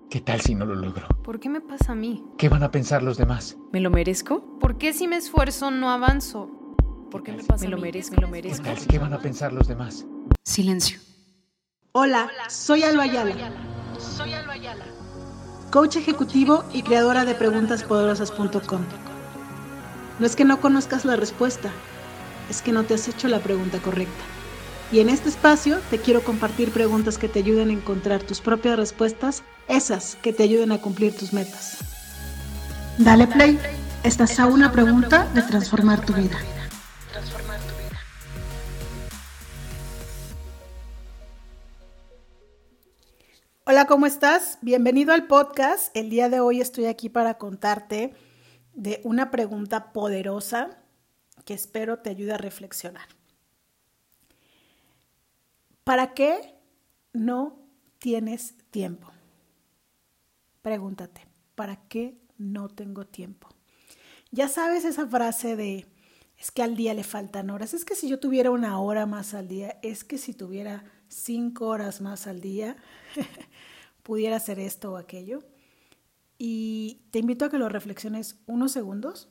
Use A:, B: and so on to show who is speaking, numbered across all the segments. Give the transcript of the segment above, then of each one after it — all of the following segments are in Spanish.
A: ¿Qué tal si no lo logro?
B: ¿Por qué me pasa a mí?
A: ¿Qué van a pensar los demás?
B: ¿Me lo merezco? ¿Por qué si me esfuerzo no avanzo? ¿Por qué me pasa a mí?
A: ¿Qué tal si qué van a pensar los demás?
B: Silencio.
C: Hola, soy Alba Ayala, coach ejecutivo y creadora de preguntaspoderosas.com. No es que no conozcas la respuesta, es que no te has hecho la pregunta correcta. Y en este espacio te quiero compartir preguntas que te ayuden a encontrar tus propias respuestas, esas que te ayuden a cumplir tus metas. Dale play, estás a una pregunta de transformar tu vida. Hola, ¿cómo estás? Bienvenido al podcast. El día de hoy estoy aquí para contarte de una pregunta poderosa que espero te ayude a reflexionar. ¿Para qué no tienes tiempo? Pregúntate, ¿para qué no tengo tiempo? Ya sabes esa frase de, es que al día le faltan horas, es que si yo tuviera 1 hora más al día, es que si tuviera 5 horas más al día, pudiera hacer esto o aquello. Y te invito a que lo reflexiones unos segundos.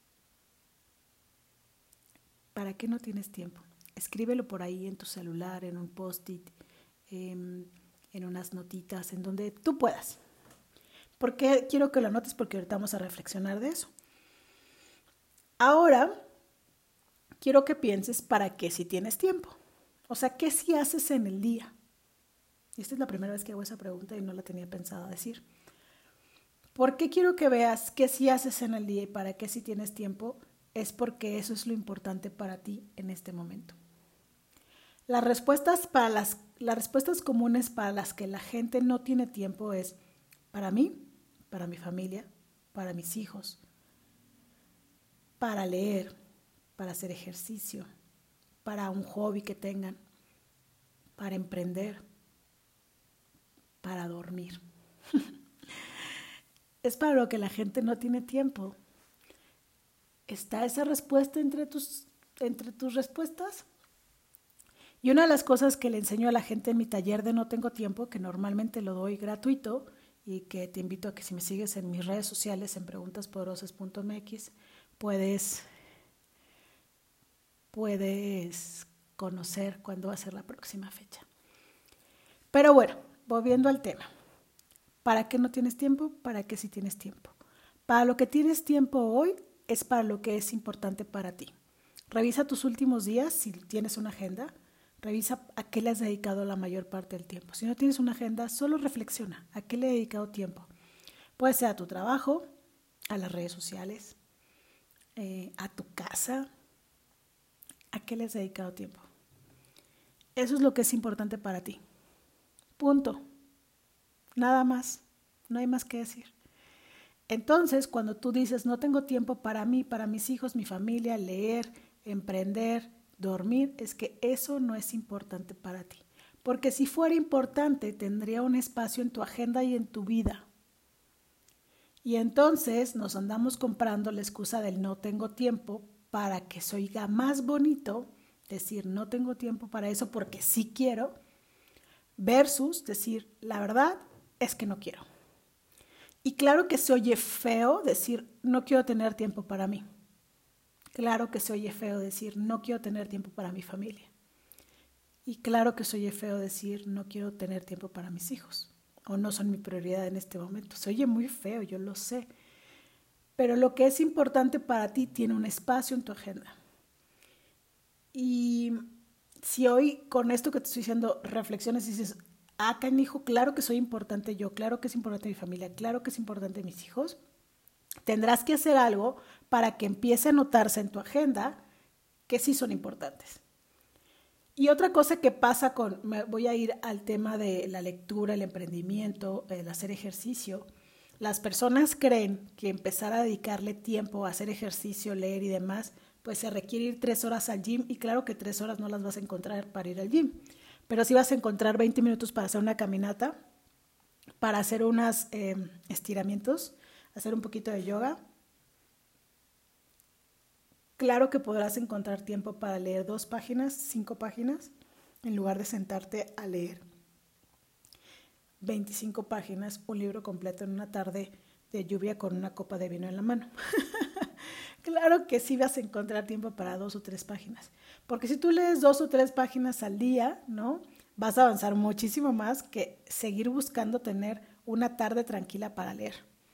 C: ¿Para qué no tienes tiempo? Escríbelo por ahí en tu celular, en un post-it, en unas notitas, en donde tú puedas. ¿Por qué quiero que lo anotes? Porque ahorita vamos a reflexionar de eso. Ahora, quiero que pienses para qué si tienes tiempo. O sea, ¿qué si haces en el día? Esta es la primera vez que hago esa pregunta y no la tenía pensado decir. ¿Por qué quiero que veas qué si haces en el día y para qué si tienes tiempo? Es porque eso es lo importante para ti en este momento. Las respuestas comunes para las que la gente no tiene tiempo es para mí, para mi familia, para mis hijos, para leer, para hacer ejercicio, para un hobby que tengan, para emprender, para dormir. Es para lo que la gente no tiene tiempo. ¿Está esa respuesta entre tus respuestas? Y una de las cosas que le enseño a la gente en mi taller de No Tengo Tiempo, que normalmente lo doy gratuito y que te invito a que si me sigues en mis redes sociales en preguntaspoderosas.mx puedes conocer cuándo va a ser la próxima fecha. Pero bueno, volviendo al tema. ¿Para qué no tienes tiempo? ¿Para qué sí tienes tiempo? Para lo que tienes tiempo hoy es para lo que es importante para ti. Revisa tus últimos días, si tienes una agenda, revisa a qué le has dedicado la mayor parte del tiempo. Si no tienes una agenda, solo reflexiona, ¿a qué le he dedicado tiempo? Puede ser a tu trabajo, a las redes sociales, a tu casa, ¿a qué le has dedicado tiempo? Eso es lo que es importante para ti. Punto. Nada más. No hay más que decir. Entonces, cuando tú dices, no tengo tiempo para mí, para mis hijos, mi familia, leer, emprender, dormir, es que eso no es importante para ti. Porque si fuera importante, tendría un espacio en tu agenda y en tu vida. Y entonces nos andamos comprando la excusa del no tengo tiempo para que se oiga más bonito decir no tengo tiempo para eso porque sí quiero, versus decir la verdad es que no quiero. Y claro que se oye feo decir no quiero tener tiempo para mí. Claro que se oye feo decir no quiero tener tiempo para mi familia. Y claro que se oye feo decir no quiero tener tiempo para mis hijos o no son mi prioridad en este momento. Se oye muy feo, yo lo sé. Pero lo que es importante para ti tiene un espacio en tu agenda. Y si hoy con esto que te estoy diciendo reflexiones y dices, canijo, claro que soy importante yo, claro que es importante mi familia, claro que es importante mis hijos, tendrás que hacer algo para que empiece a notarse en tu agenda que sí son importantes. Y otra cosa que pasa voy a ir al tema de la lectura, el emprendimiento, el hacer ejercicio. Las personas creen que empezar a dedicarle tiempo a hacer ejercicio, leer y demás, pues se requiere ir 3 horas al gym y claro que 3 horas no las vas a encontrar para ir al gym, pero sí vas a encontrar 20 minutos para hacer una caminata, para hacer unos estiramientos, hacer un poquito de yoga. Claro que podrás encontrar tiempo para leer 2 páginas, 5 páginas, en lugar de sentarte a leer 25 páginas, un libro completo en una tarde de lluvia con una copa de vino en la mano. Claro que sí vas a encontrar tiempo para 2 o 3 páginas, porque si tú lees 2 o 3 páginas al día, ¿no? Vas a avanzar muchísimo más que seguir buscando tener una tarde tranquila para leer.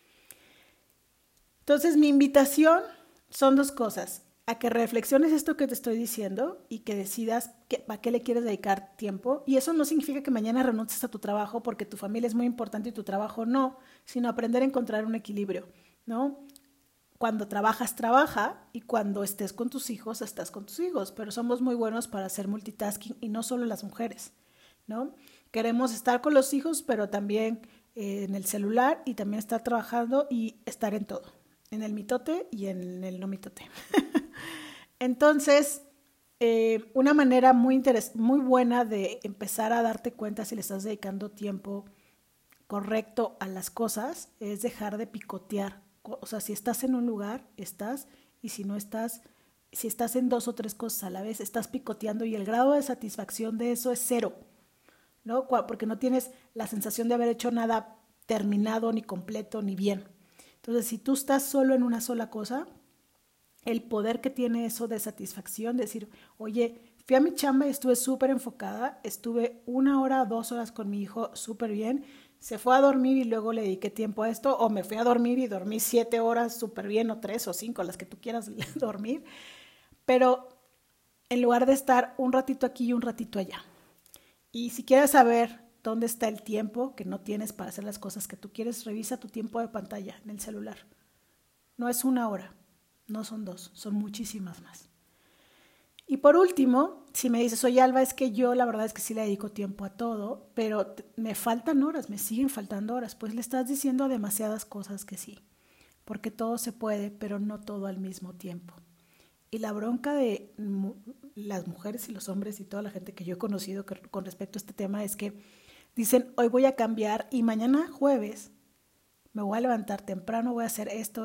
C: Entonces, mi invitación son 2 cosas: a que reflexiones esto que te estoy diciendo y que decidas a qué le quieres dedicar tiempo. Y eso no significa que mañana renuncies a tu trabajo porque tu familia es muy importante y tu trabajo no, sino aprender a encontrar un equilibrio, ¿no? Cuando trabajas, trabaja, y cuando estés con tus hijos, estás con tus hijos. Pero somos muy buenos para hacer multitasking, y no solo las mujeres, ¿no? Queremos estar con los hijos, pero también en el celular, y también estar trabajando y estar en todo, en el mitote y en el no mitote. Entonces, una manera muy buena de empezar a darte cuenta si le estás dedicando tiempo correcto a las cosas es dejar de picotear. O sea, si estás en un lugar, estás, y si no estás, si estás en 2 o 3 cosas a la vez, estás picoteando, y el grado de satisfacción de eso es 0, ¿no? Porque no tienes la sensación de haber hecho nada terminado, ni completo, ni bien. Entonces, si tú estás solo en una sola cosa, el poder que tiene eso de satisfacción, de decir, oye, fui a mi chamba y estuve súper enfocada, estuve 1 hora, 2 horas con mi hijo súper bien, se fue a dormir y luego le dediqué tiempo a esto, o me fui a dormir y dormí 7 horas súper bien, o 3 o 5, las que tú quieras dormir, pero en lugar de estar un ratito aquí y un ratito allá. Y si quieres saber dónde está el tiempo que no tienes para hacer las cosas que tú quieres, revisa tu tiempo de pantalla en el celular. No es 1 hora, no son 2, son muchísimas más. Y por último, si me dices, oye Alba, es que yo la verdad es que sí le dedico tiempo a todo, pero me faltan horas, me siguen faltando horas, pues le estás diciendo a demasiadas cosas que sí, porque todo se puede, pero no todo al mismo tiempo. Y la bronca de las mujeres y los hombres y toda la gente que yo he conocido con respecto a este tema es que dicen, hoy voy a cambiar y mañana jueves me voy a levantar temprano, voy a hacer esto,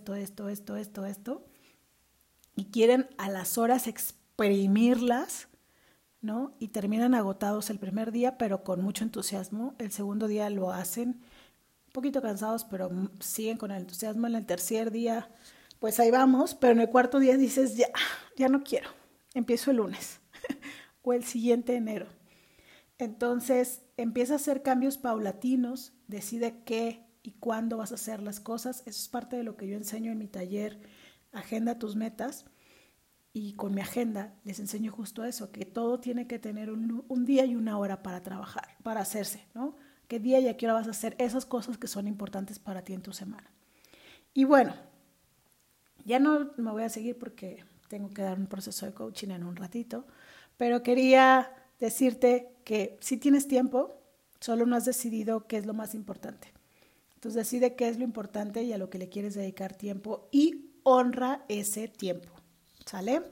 C: y quieren a las horas exprimirlas, ¿no? Y terminan agotados el primer día, pero con mucho entusiasmo. El segundo día lo hacen un poquito cansados, pero siguen con el entusiasmo. En el tercer día, pues ahí vamos, pero en el cuarto día dices, ya no quiero, empiezo el lunes o el siguiente enero. Entonces empieza a hacer cambios paulatinos, decide qué y cuándo vas a hacer las cosas. Eso es parte de lo que yo enseño en mi taller, Agenda tus metas. Y con mi agenda les enseño justo eso, que todo tiene que tener un día y 1 hora para trabajar, para hacerse, ¿no? ¿Qué día y a qué hora vas a hacer esas cosas que son importantes para ti en tu semana? Y bueno, ya no me voy a seguir porque tengo que dar un proceso de coaching en un ratito, pero quería decirte que si tienes tiempo, solo no has decidido qué es lo más importante. Entonces decide qué es lo importante y a lo que le quieres dedicar tiempo, y honra ese tiempo, ¿sale?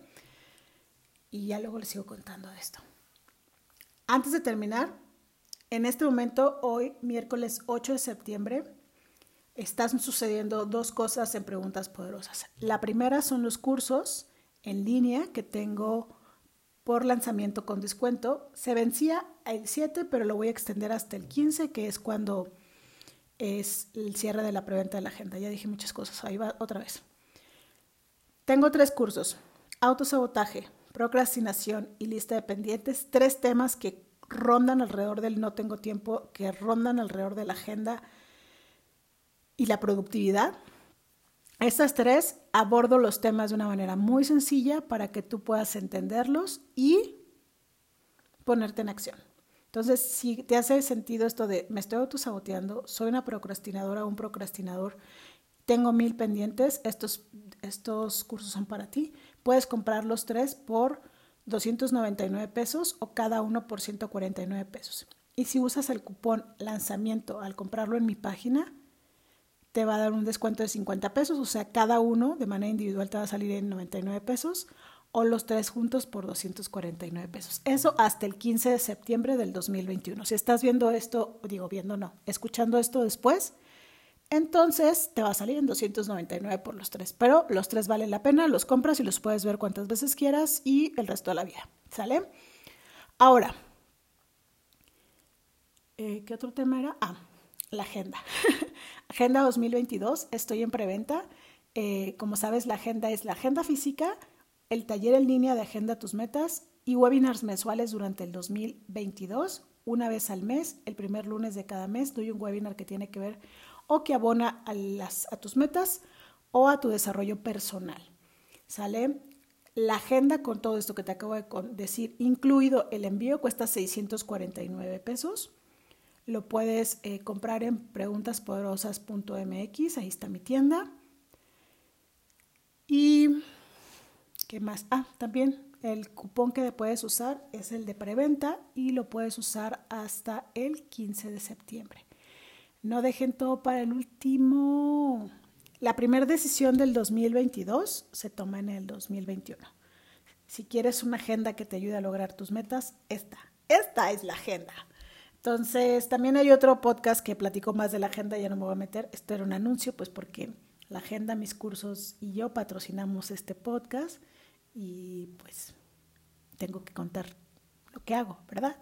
C: Y ya luego les sigo contando de esto. Antes de terminar, en este momento, hoy, miércoles 8 de septiembre, están sucediendo 2 cosas en Preguntas Poderosas. La primera son los cursos en línea que tengo por lanzamiento con descuento. Se vencía el 7, pero lo voy a extender hasta el 15, que es cuando es el cierre de la preventa de la agenda. Ya dije muchas cosas, ahí va otra vez. Tengo 3 cursos: autosabotaje, procrastinación y lista de pendientes. 3 temas que rondan alrededor del no tengo tiempo, que rondan alrededor de la agenda y la productividad. Estas 3 abordo los temas de una manera muy sencilla para que tú puedas entenderlos y ponerte en acción. Entonces, si te hace sentido esto de me estoy autosaboteando, soy una procrastinadora o un procrastinador, tengo 1000 pendientes, estos cursos son para ti. Puedes comprar los 3 por 299 pesos o cada uno por 149 pesos. Y si usas el cupón lanzamiento al comprarlo en mi página, te va a dar un descuento de 50 pesos, o sea, cada uno de manera individual te va a salir en 99 pesos o los 3 juntos por 249 pesos. Eso hasta el 15 de septiembre del 2021. Si estás viendo esto, escuchando esto después, entonces te va a salir en 299 por los 3, pero los 3 valen la pena, los compras y los puedes ver cuantas veces quieras y el resto de la vida, ¿sale? Ahora, ¿Qué otro tema era? La agenda. Agenda 2022, estoy en preventa. Como sabes, la agenda es la agenda física, el taller en línea de Agenda Tus Metas y webinars mensuales durante el 2022. Una vez al mes, el primer lunes de cada mes, doy un webinar que tiene que ver o que abona a tus metas o a tu desarrollo personal. ¿Sale? La agenda con todo esto que te acabo de decir, incluido el envío, cuesta 649 pesos. Lo puedes comprar en preguntaspoderosas.mx, ahí está mi tienda. ¿Y qué más? También el cupón que puedes usar es el de preventa y lo puedes usar hasta el 15 de septiembre. No dejen todo para el último. La primera decisión del 2022 se toma en el 2021. Si quieres una agenda que te ayude a lograr tus metas, esta es la agenda. Entonces, también hay otro podcast que platico más de la agenda, ya no me voy a meter. Esto era un anuncio, pues porque la agenda, mis cursos y yo patrocinamos este podcast y pues tengo que contar lo que hago, ¿verdad?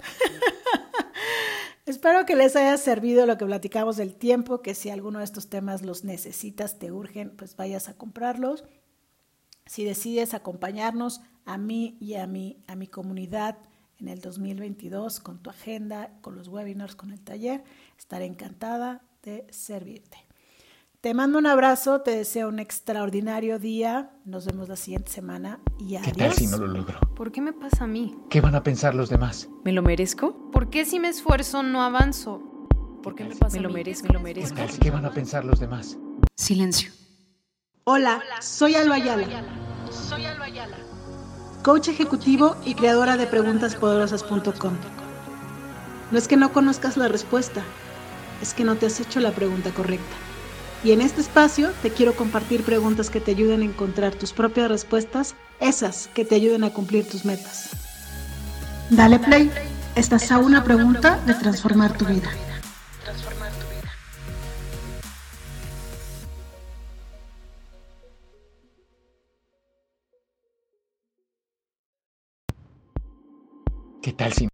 C: Espero que les haya servido lo que platicamos del tiempo, que si alguno de estos temas los necesitas, te urgen, pues vayas a comprarlos. Si decides acompañarnos a mí y a mi comunidad en el 2022 con tu agenda, con los webinars, con el taller, estaré encantada de servirte. Te mando un abrazo, te deseo un extraordinario día. Nos vemos la siguiente semana y adiós.
A: ¿Qué tal si no lo logro?
B: ¿Por qué me pasa a mí?
A: ¿Qué van a pensar los demás?
B: ¿Me lo merezco? ¿Por qué si me esfuerzo no avanzo? ¿Por qué me pasa a mí? Me lo merezco, me lo merezco.
A: ¿Qué tal si qué van a pensar los demás?
B: Silencio.
C: Hola, soy Alba Ayala. Coach ejecutivo y creadora de preguntaspoderosas.com. No es que no conozcas la respuesta, es que no te has hecho la pregunta correcta. Y en este espacio te quiero compartir preguntas que te ayuden a encontrar tus propias respuestas, esas que te ayuden a cumplir tus metas. Dale play, estás a una pregunta de transformar tu vida.
A: ¿Qué tal si